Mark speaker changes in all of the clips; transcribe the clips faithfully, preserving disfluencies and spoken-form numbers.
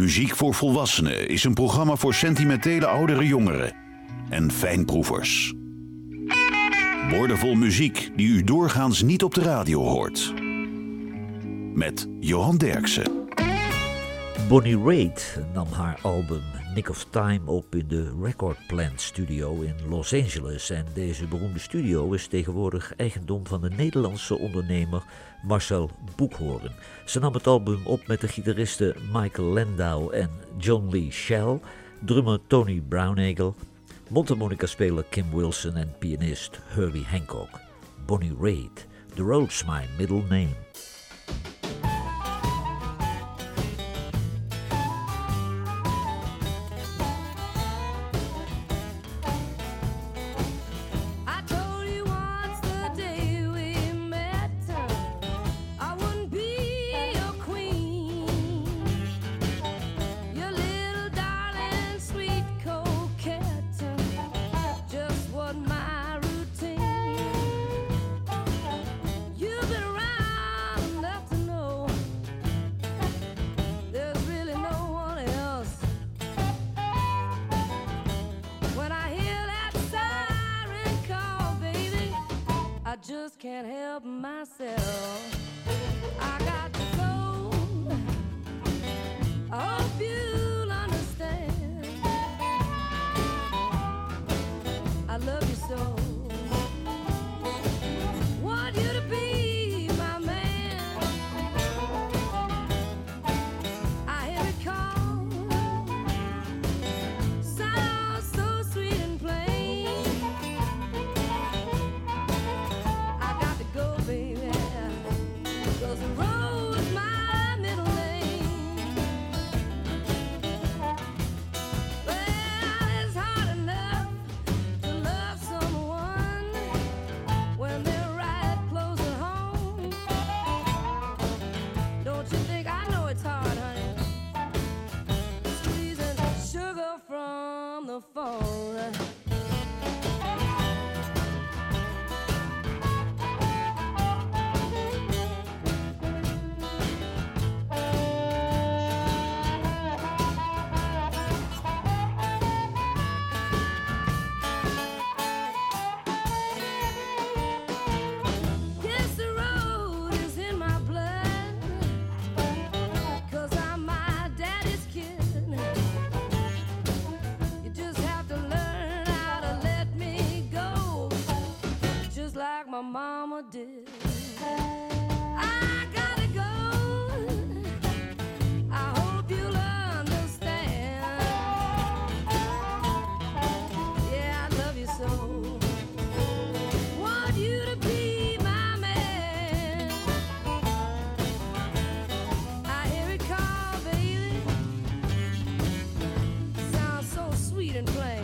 Speaker 1: Muziek voor Volwassenen is een programma voor sentimentele oudere jongeren en fijnproevers. Woordenvol muziek die u doorgaans niet op de radio hoort. Met Johan Derksen.
Speaker 2: Bonnie Raitt nam haar album Nick of Time op in de Record Plant Studio in Los Angeles. En deze beroemde studio is tegenwoordig eigendom van de Nederlandse ondernemer Marcel Boekhoorn. Ze nam het album op met de gitaristen Michael Landau en John Lee Schell, drummer Tony Brownagel, mondharmonica-speler Kim Wilson en pianist Herbie Hancock. Bonnie Raitt, The Road's My Middle Name.
Speaker 3: Just can't help myself. I got to go. I hope you'll understand. I love you so. Want you to be my man. I hear it call. Sounds so sweet and plain. From the phone. Yes, the road is in my blood, 'cause I'm my daddy's kid. Like my mama did. I gotta go. I hope you'll understand. Yeah, I love you so. Want you to be my man. I hear it call, baby. Sounds so sweet and plain.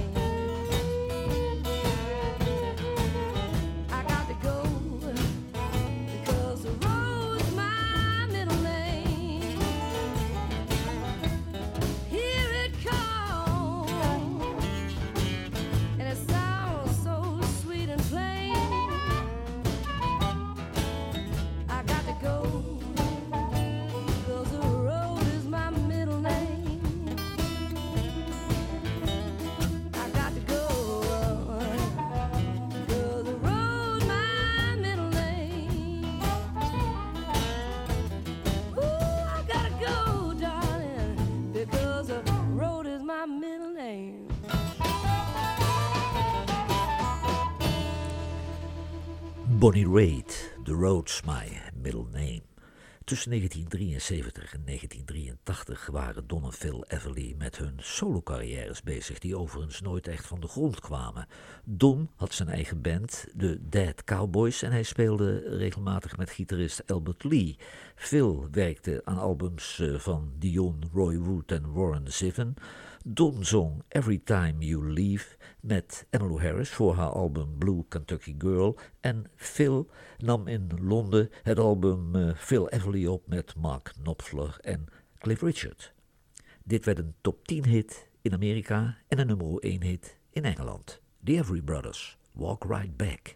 Speaker 2: Bonnie Raitt, The Road's My Middle Name. Tussen negentien drieënzeventig en negentien drieëntachtig waren Don en Phil Everly met hun solocarrières bezig, die overigens nooit echt van de grond kwamen. Don had zijn eigen band, de Dead Cowboys, en hij speelde regelmatig met gitarist Albert Lee. Phil werkte aan albums van Dion, Roy Wood en Warren Zevon. Don zong Every Time You Leave met Emmylou Harris voor haar album Blue Kentucky Girl. En Phil nam in Londen het album uh, Phil Everly op met Mark Knopfler en Cliff Richard. Dit werd een top tien hit in Amerika en een nummer één hit in Engeland. The Everly Brothers, Walk Right Back.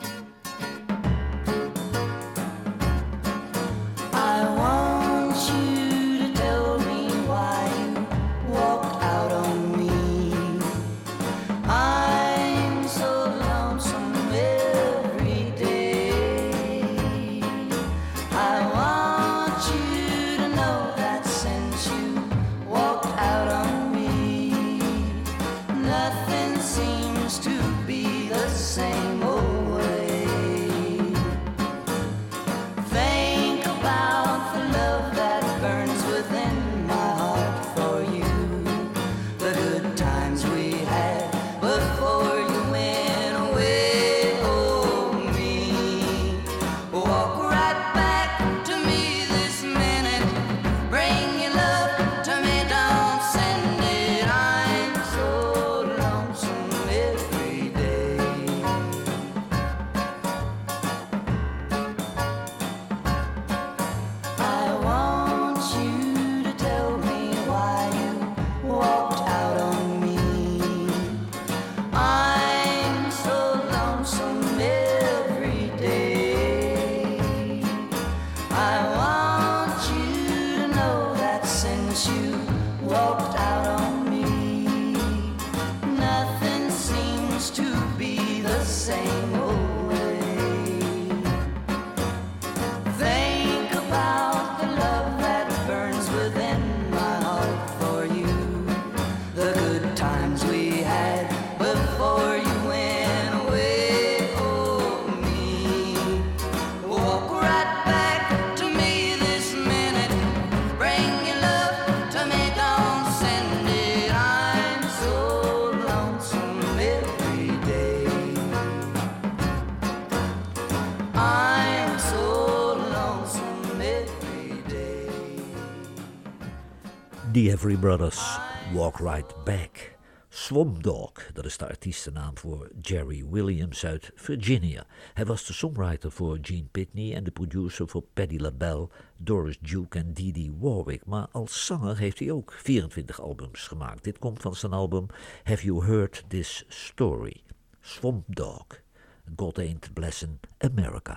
Speaker 4: I want you
Speaker 2: The Everly Brothers, Walk Right Back. Swamp Dog, dat is de artiestennaam voor Jerry Williams uit Virginia. Hij was de songwriter voor Gene Pitney en de producer voor Patti LaBelle, Doris Duke en Dee Dee Warwick. Maar als zanger heeft hij ook vierentwintig albums gemaakt. Dit komt van zijn album Have You Heard This Story? Swamp Dog, God Ain't Blessin' America.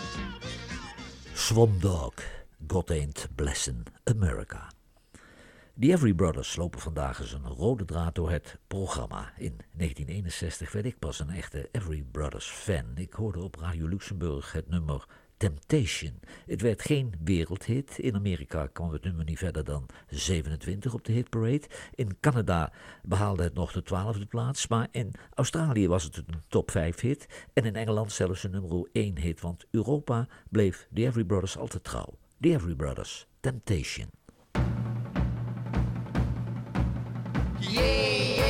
Speaker 2: Swamp Dog, God Ain't Blessin' America. The Every Brothers lopen vandaag eens een rode draad door het programma. In negentien eenenzestig werd ik pas een echte Every Brothers fan. Ik hoorde op Radio Luxemburg het nummer Temptation. Het werd geen wereldhit. In Amerika kwam het nummer niet verder dan zevenentwintig op de hitparade. In Canada behaalde het nog de twaalfde plaats, maar in Australië was het een top vijf hit en in Engeland zelfs een nummer één hit, want Europa bleef The Every Brothers altijd trouw. The Every Brothers, Temptation.
Speaker 4: Yeah.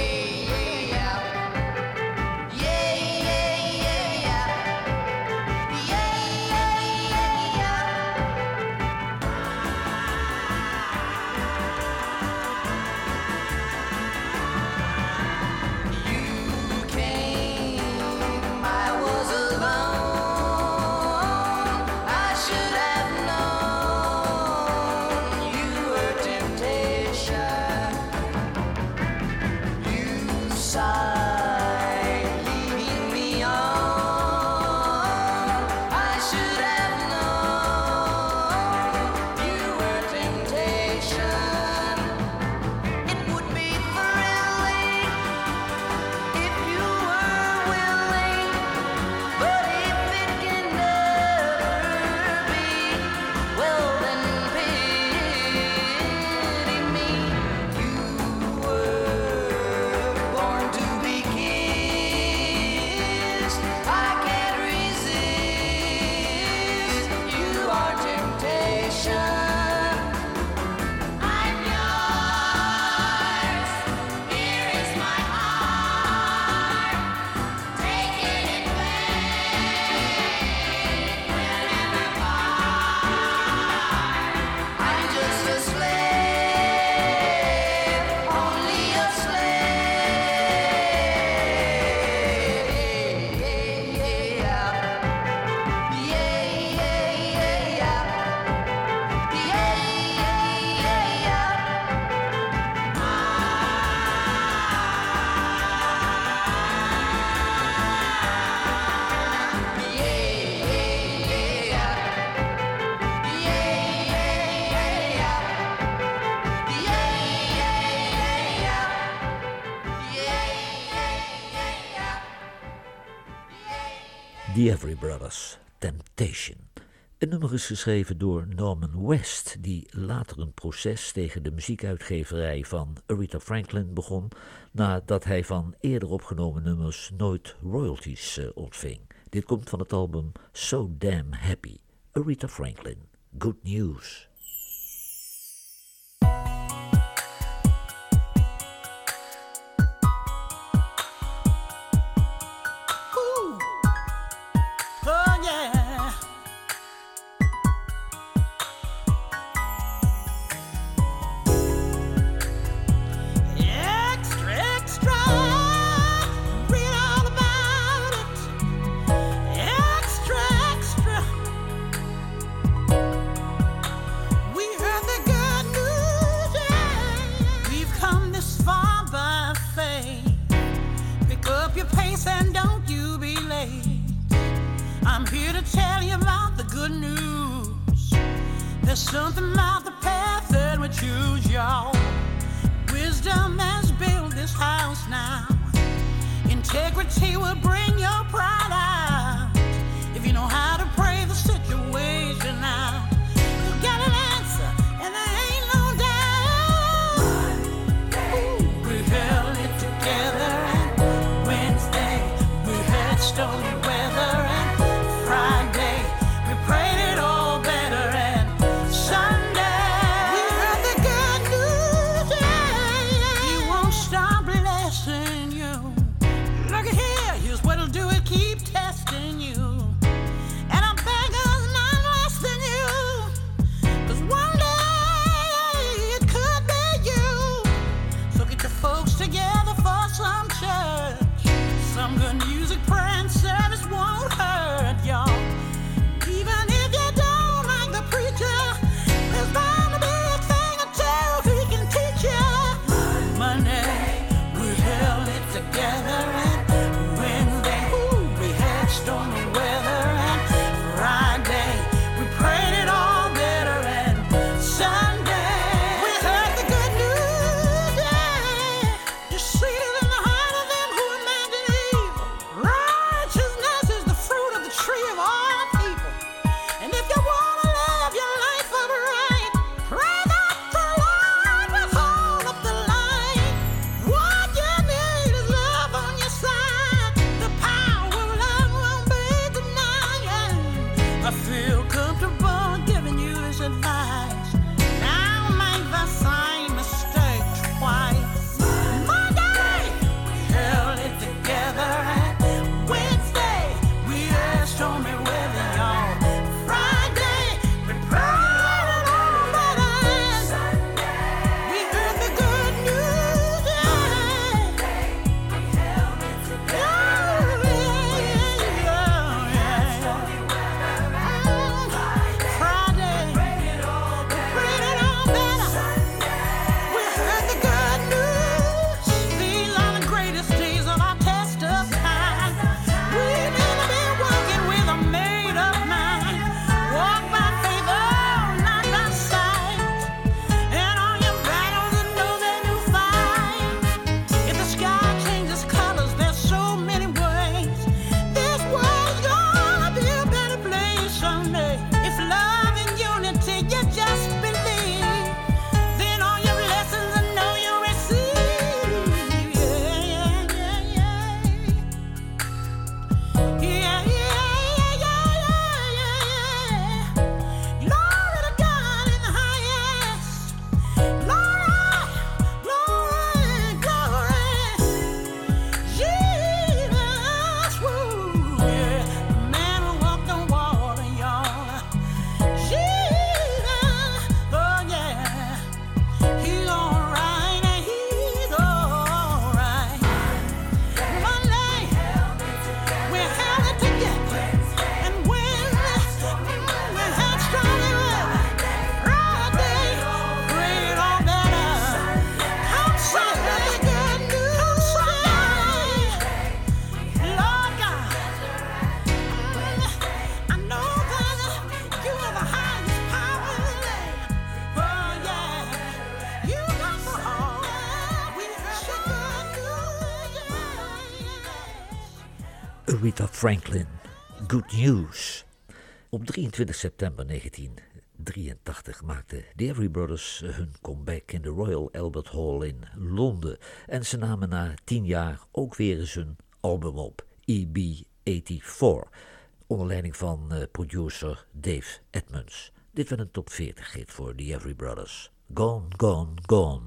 Speaker 2: The Every Brothers, Temptation. Een nummer is geschreven door Norman West, die later een proces tegen de muziekuitgeverij van Aretha Franklin begon, nadat hij van eerder opgenomen nummers nooit royalties uh, ontving. Dit komt van het album So Damn Happy. Aretha Franklin, Good News.
Speaker 5: Something about the path that we choose, y'all. Wisdom has built this house now. Integrity will bring your pride out. If you know how to pray the situation out, you got an answer, and there ain't no doubt. Ooh, we held it together, and Wednesday we had stormy weather, and Friday we prayed it all better, and keep testing.
Speaker 2: Aretha Franklin, Good News. Op drieëntwintig september negentien drieëntachtig maakten de Everly Brothers hun comeback in de Royal Albert Hall in Londen. En ze namen na tien jaar ook weer eens hun album op, E B vierentachtig, onder leiding van uh, producer Dave Edmunds. Dit werd een top veertig hit voor de Everly Brothers. Gone, Gone, Gone.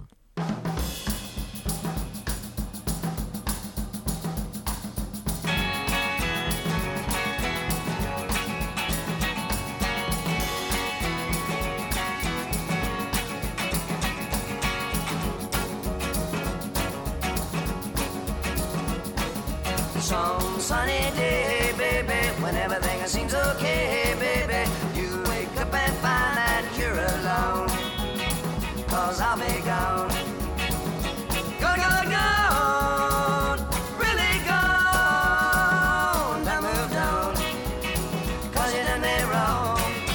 Speaker 6: Some sunny day, baby, when everything seems okay, baby, you wake up and find that you're alone, 'cause I'll be gone. Gone, gone, gone, really gone. Now moved on, 'cause you done me wrong.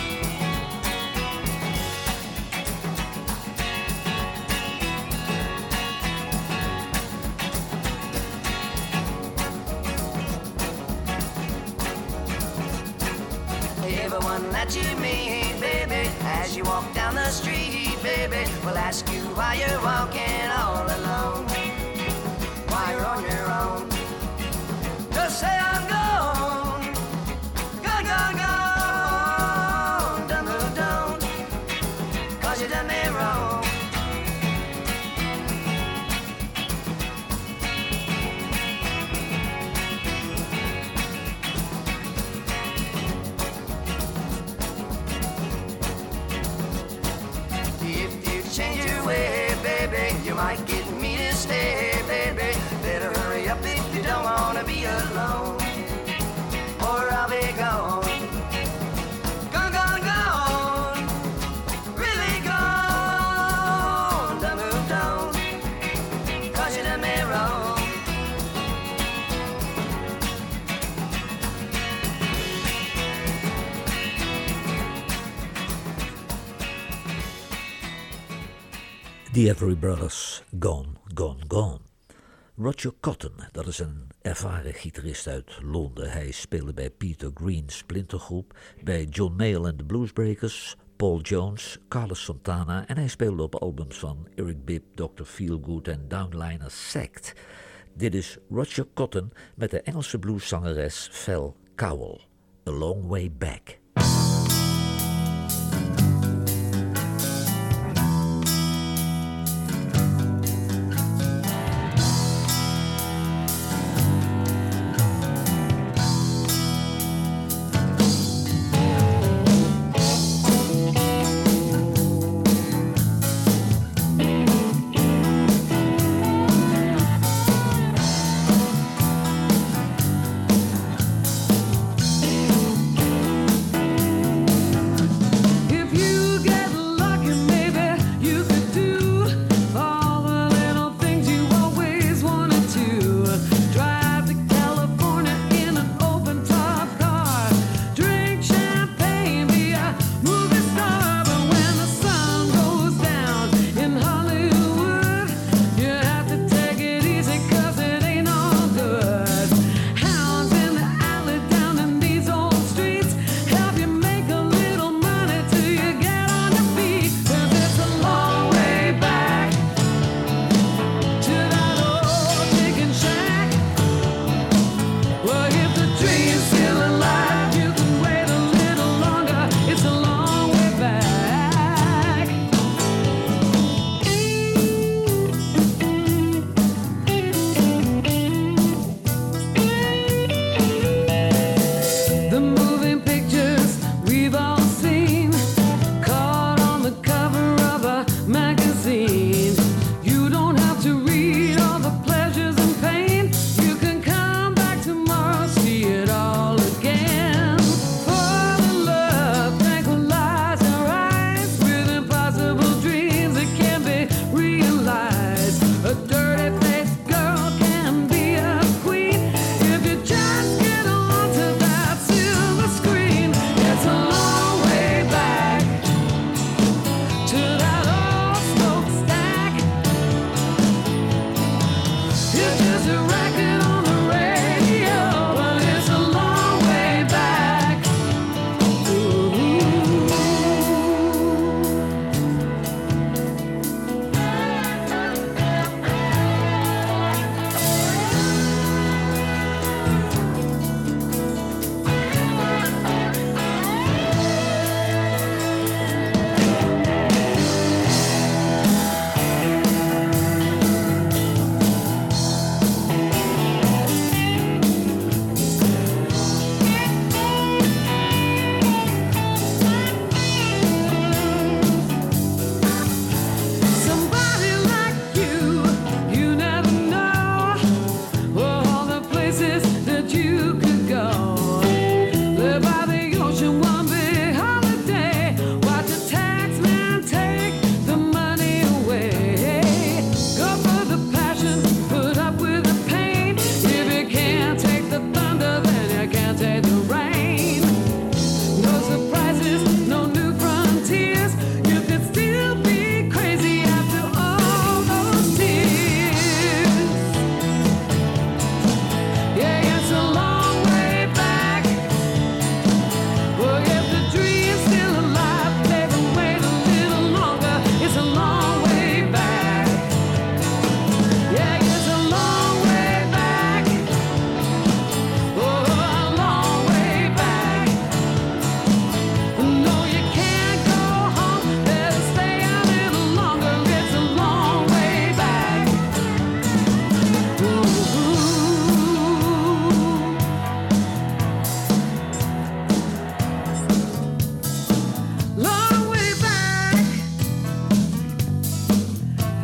Speaker 6: Everyone that you meet, baby, as you walk down the street, baby, will ask you why you're walking all alone, why you're on your own. Just say I'm gone, gone, gone, gone, done moved on, 'cause you done me wrong. Change your way, baby, you might get me to stay, baby. Better hurry up if you don't wanna be alone, or I'll be gone. Gone, gone, gone, really gone. Done moved on, 'cause you done me wrong.
Speaker 2: The Everly Brothers, Gone, Gone, Gone. Roger Cotton, dat is een ervaren gitarist uit Londen. Hij speelde bij Peter Green's Splintergroep, bij John Mayall and the Bluesbreakers, Paul Jones, Carlos Santana en hij speelde op albums van Eric Bibb, doctor Feelgood en Downliner Sect. Dit is Roger Cotton met de Engelse blueszangeres Val Cowell, A Long Way Back.
Speaker 6: Gone,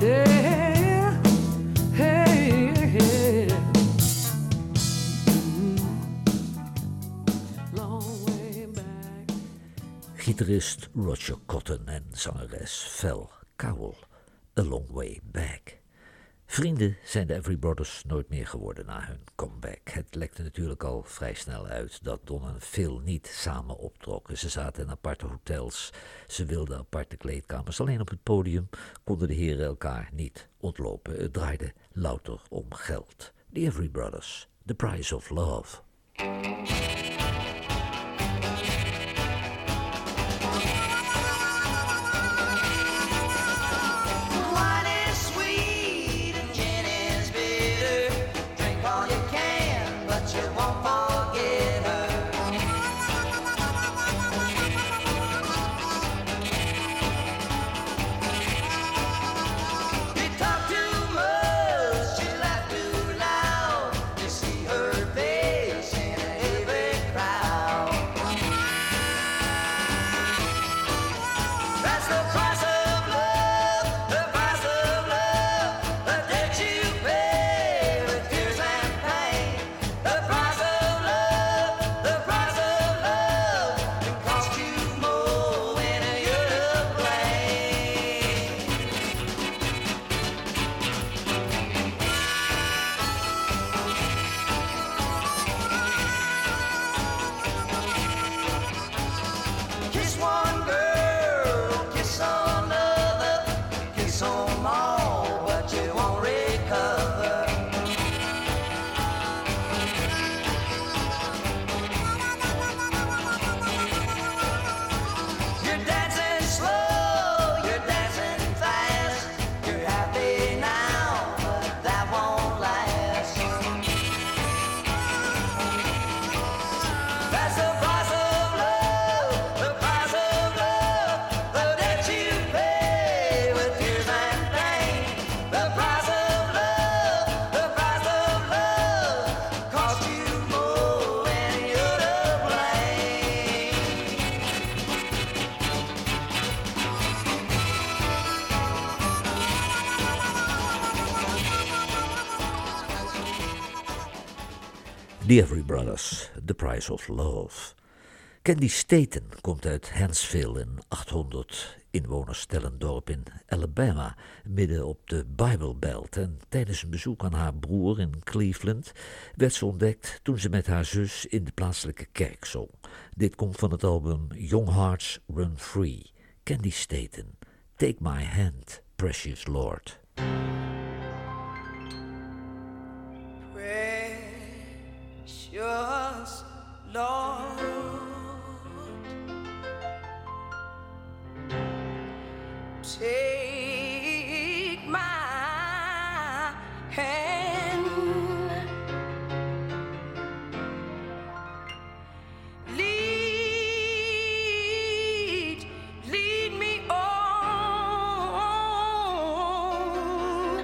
Speaker 3: Yeah, hey, yeah. Long way back.
Speaker 2: Gitarist Roger Cotton en zangeres Val Cowell, A Long Way Back. Vrienden zijn de Everly Brothers nooit meer geworden na hun comeback. Het lekte natuurlijk al vrij snel uit dat Don en Phil niet samen optrokken. Ze zaten in aparte hotels, ze wilden aparte kleedkamers. Alleen op het podium konden de heren elkaar niet ontlopen. Het draaide louter om geld. The Everly Brothers, The Price of Love. The Everly Brothers, The Price of Love. Candy Staten komt uit Hansville, een achthonderd inwoners tellend dorp in Alabama, midden op de Bible Belt. En tijdens een bezoek aan haar broer in Cleveland werd ze ontdekt toen ze met haar zus in de plaatselijke kerk zong. Dit komt van het album Young Hearts Run Free. Candy Staten, Take My Hand, Precious Lord.
Speaker 6: Precious Lord, take my hand, lead, lead me on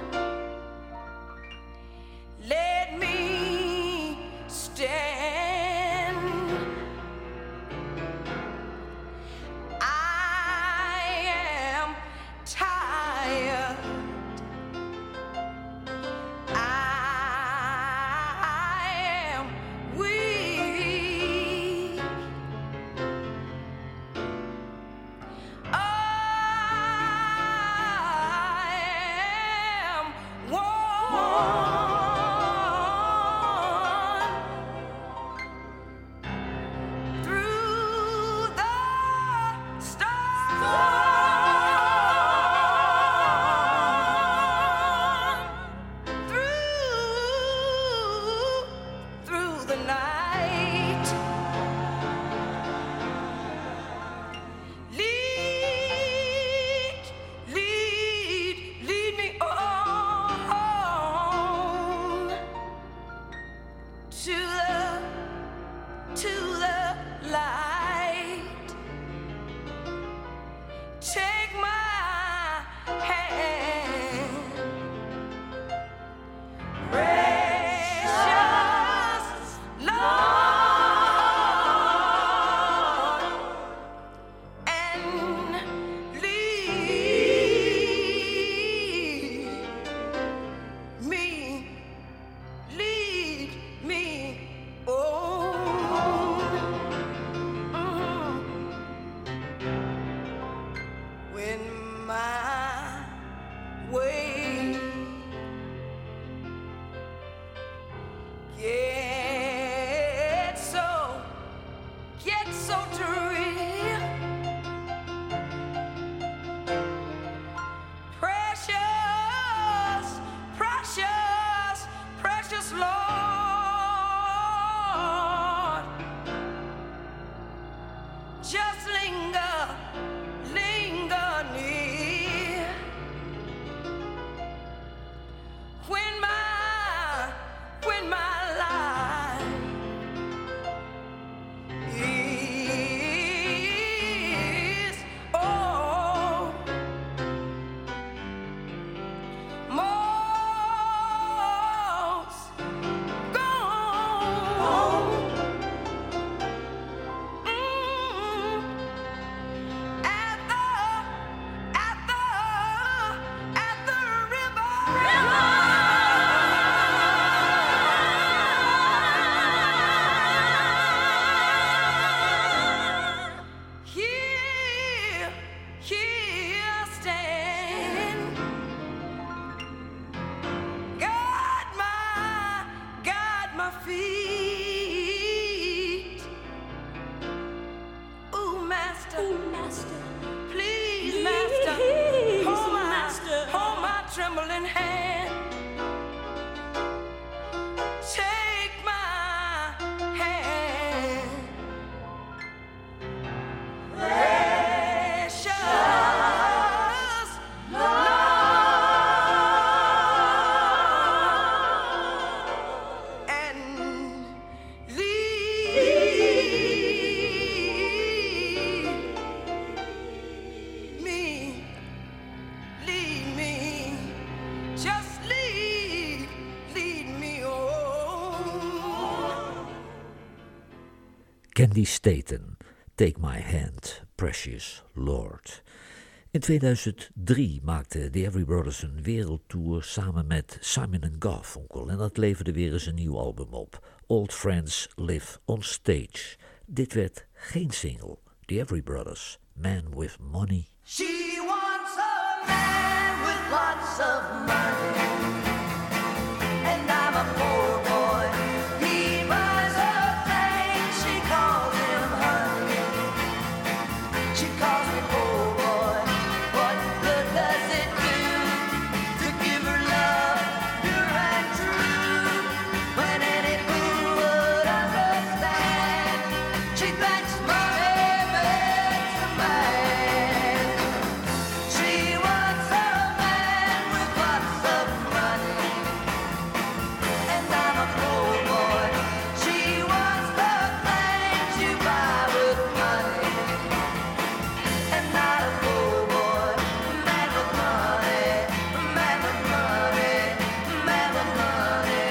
Speaker 2: Candy Staten, Take My Hand, Precious Lord. In tweeduizend drie maakten de Everly Brothers een wereldtour samen met Simon and Garfunkel en dat leverde weer eens een nieuw album op, Old Friends Live on Stage. Dit werd geen single, The Everly Brothers, Man with Money.
Speaker 6: She wants a man with lots of money, and I'm a poor boy. He buys her things, she calls him honey. She calls me poor boy. What good does it do to give her love pure and true when any fool would understand? She thinks money makes a man. She wants a man with lots of money, and I'm a poor boy. She wants the things you buy with money, and not a poor boy. Man with money, man with money, man with money.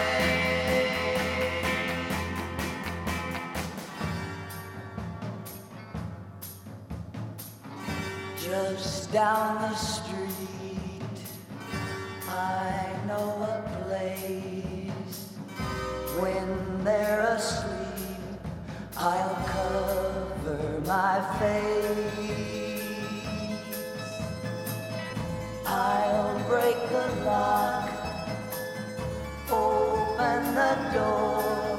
Speaker 6: Just down the street, I know a place. When they're asleep, I'll cover my face. I'll break the lock, open the door.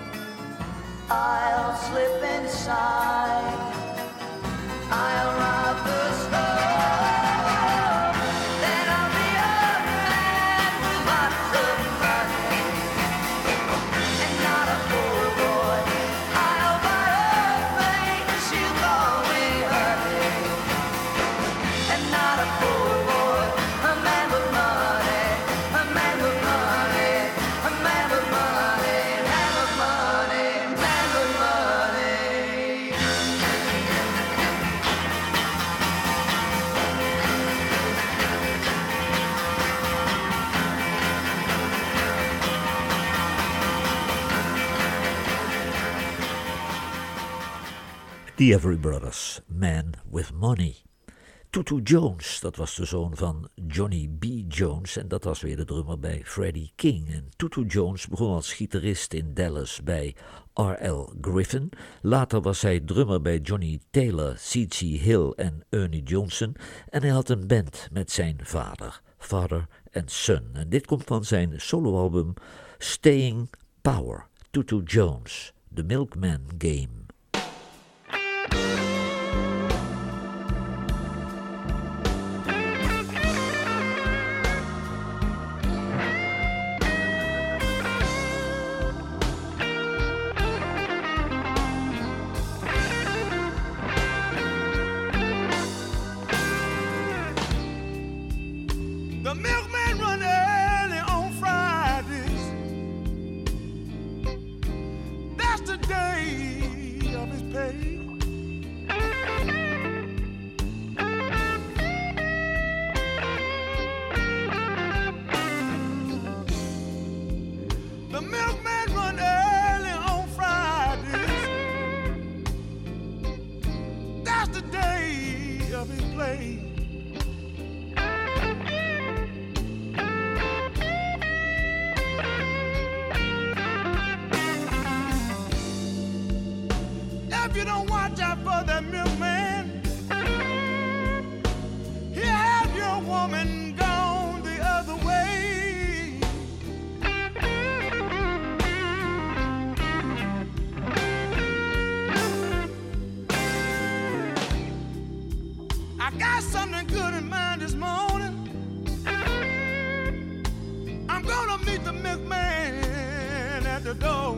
Speaker 6: I'll slip inside, I'll rob the store. Then I'll be a man with lots of money, and not a poor boy. I'll buy her things, she'll call me honey, and not a poor boy. A man with money, a man with money, a man with money, man with money, man with money.
Speaker 2: The Everly Brothers, Man with Money. Tutu Jones, dat was de zoon van Johnny B. Jones en dat was weer de drummer bij Freddie King. En Tutu Jones begon als gitarist in Dallas bij R L Griffin. Later was hij drummer bij Johnny Taylor, C C Hill en Ernie Johnson. En hij had een band met zijn vader, Father and Son. En dit komt van zijn soloalbum Staying Power, Tutu Jones, The Milkman Game.
Speaker 5: The milkman run early on Fridays. That's the day of his pay. The milkman run early on Fridays. That's the day of his play. If you don't watch out for that milkman, he'll have your woman gone the other way. I got something good in mind this morning. I'm gonna meet the milkman at the door.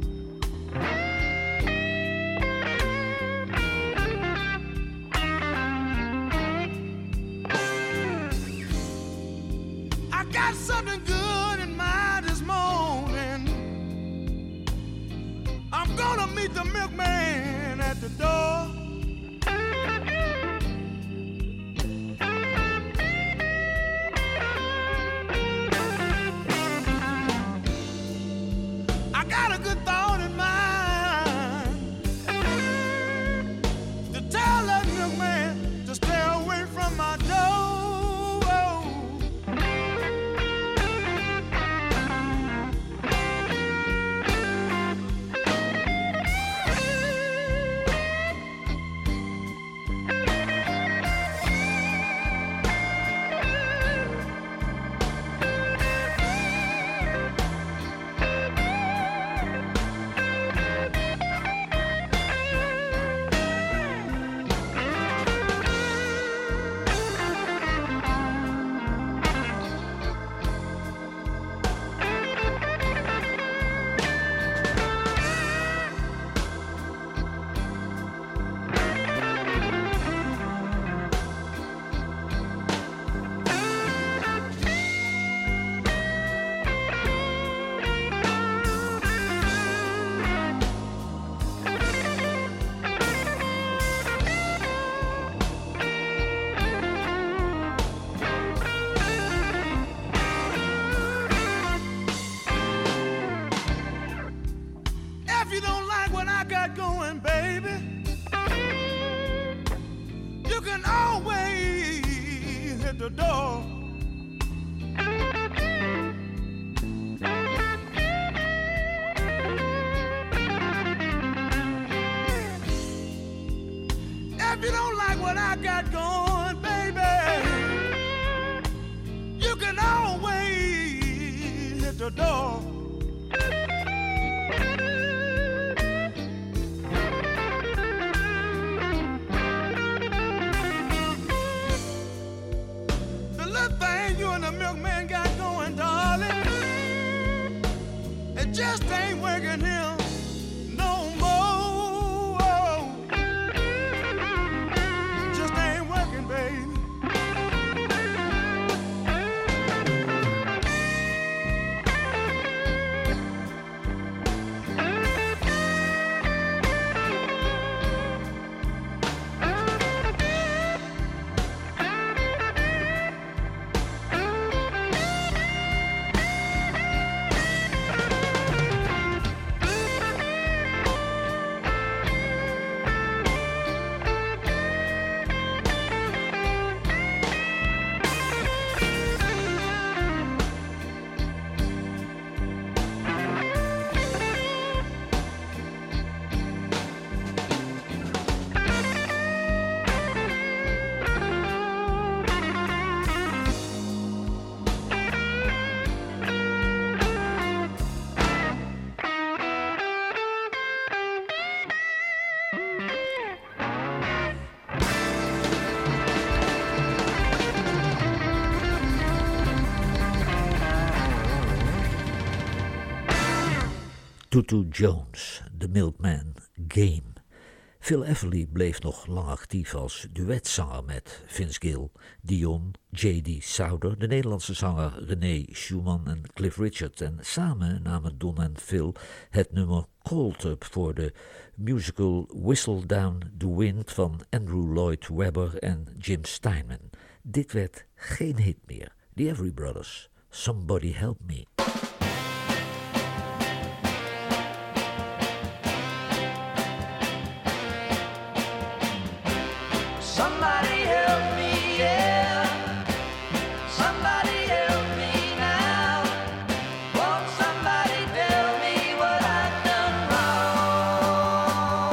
Speaker 5: Got something good in mind this morning. I'm gonna meet the milkman at the door. I got a good thought in mind. the door. If you don't like what I got going, baby, you can always hit the door. The little thing you and the milkman got going, darling, it just ain't working here no more. Just ain't working, baby.
Speaker 2: Tutu Jones, The Milkman, Game. Phil Everly bleef nog lang actief als duetzanger met Vince Gill, Dion, J D Souder, de Nederlandse zanger René Schumann en Cliff Richard. En samen namen Don en Phil het nummer Cold Up voor de musical Whistle Down the Wind van Andrew Lloyd Webber en Jim Steinman. Dit werd geen hit meer. The Everly Brothers, Somebody Help Me.
Speaker 6: Somebody help me, yeah. Somebody help me now. Won't somebody tell me what I've done wrong?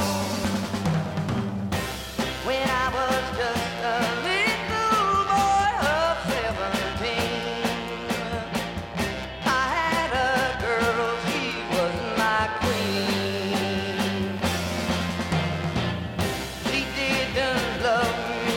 Speaker 6: When I was just a little boy of seventeen, I had a girl, she was my queen. She didn't love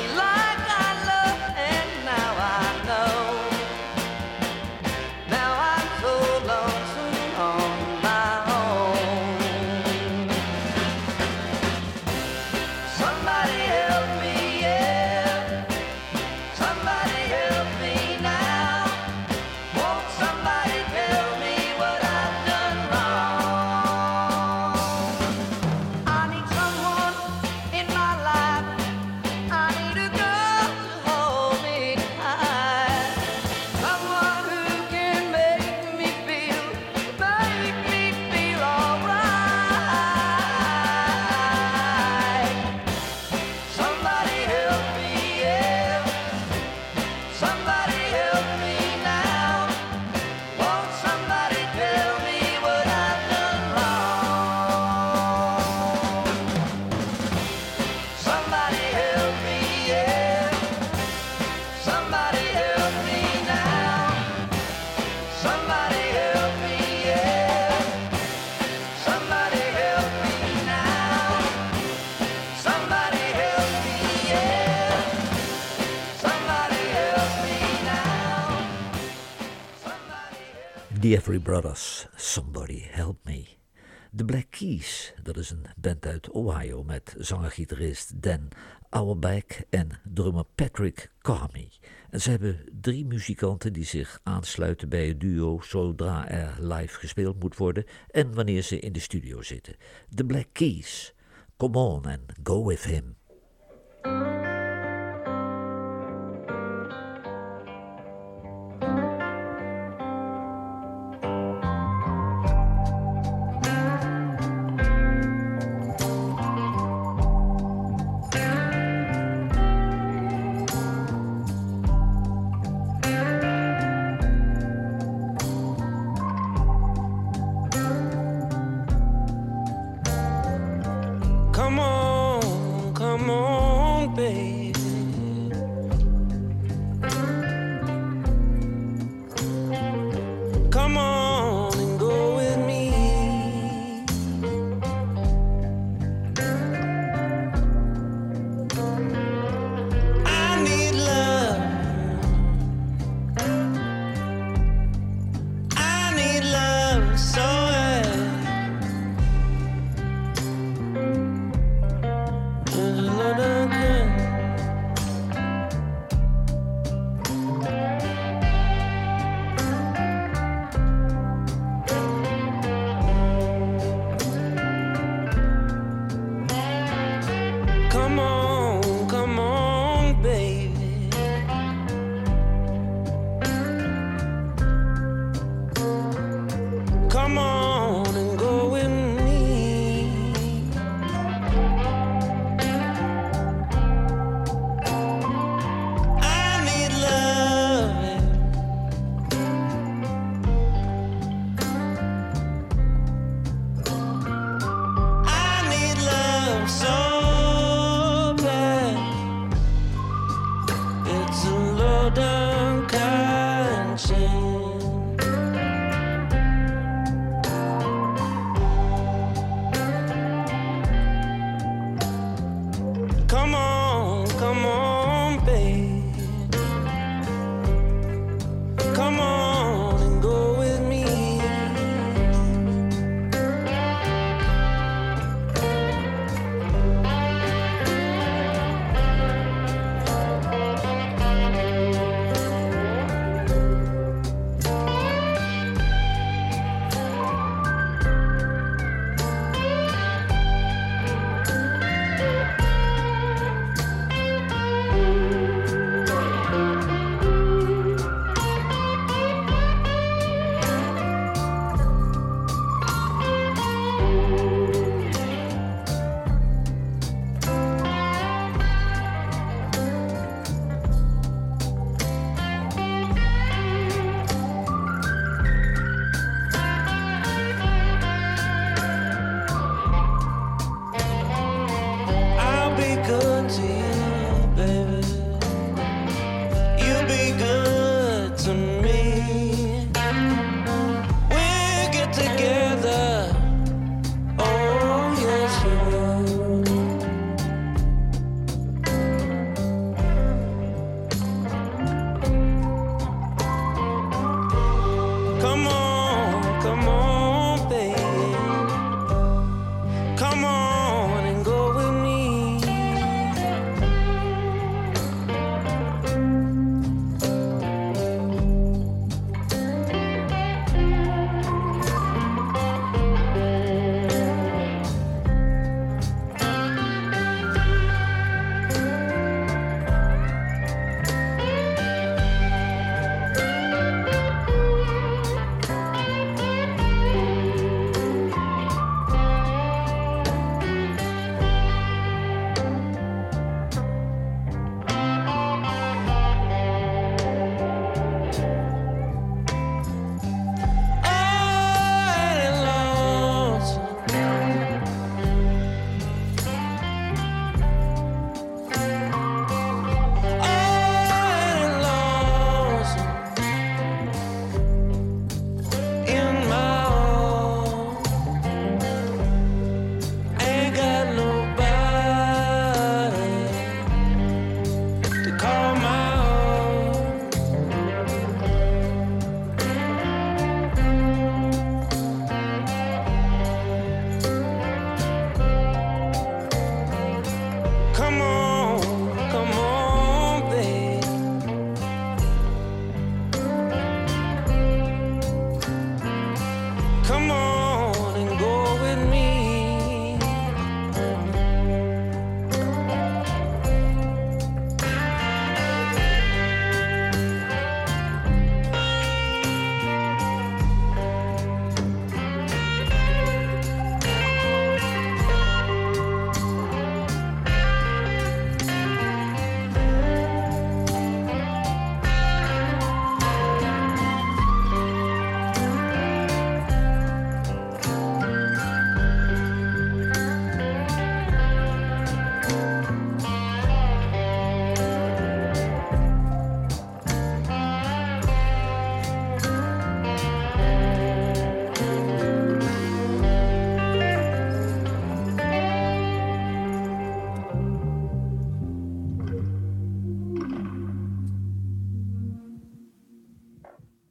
Speaker 2: The Everly Brothers, Somebody Help Me. The Black Keys, dat is een band uit Ohio met zanger-gitarist Dan Auerbach en drummer Patrick Carmi. En ze hebben drie muzikanten die zich aansluiten bij het duo zodra er live gespeeld moet worden en wanneer ze in de studio zitten. The Black Keys, come on and go with him.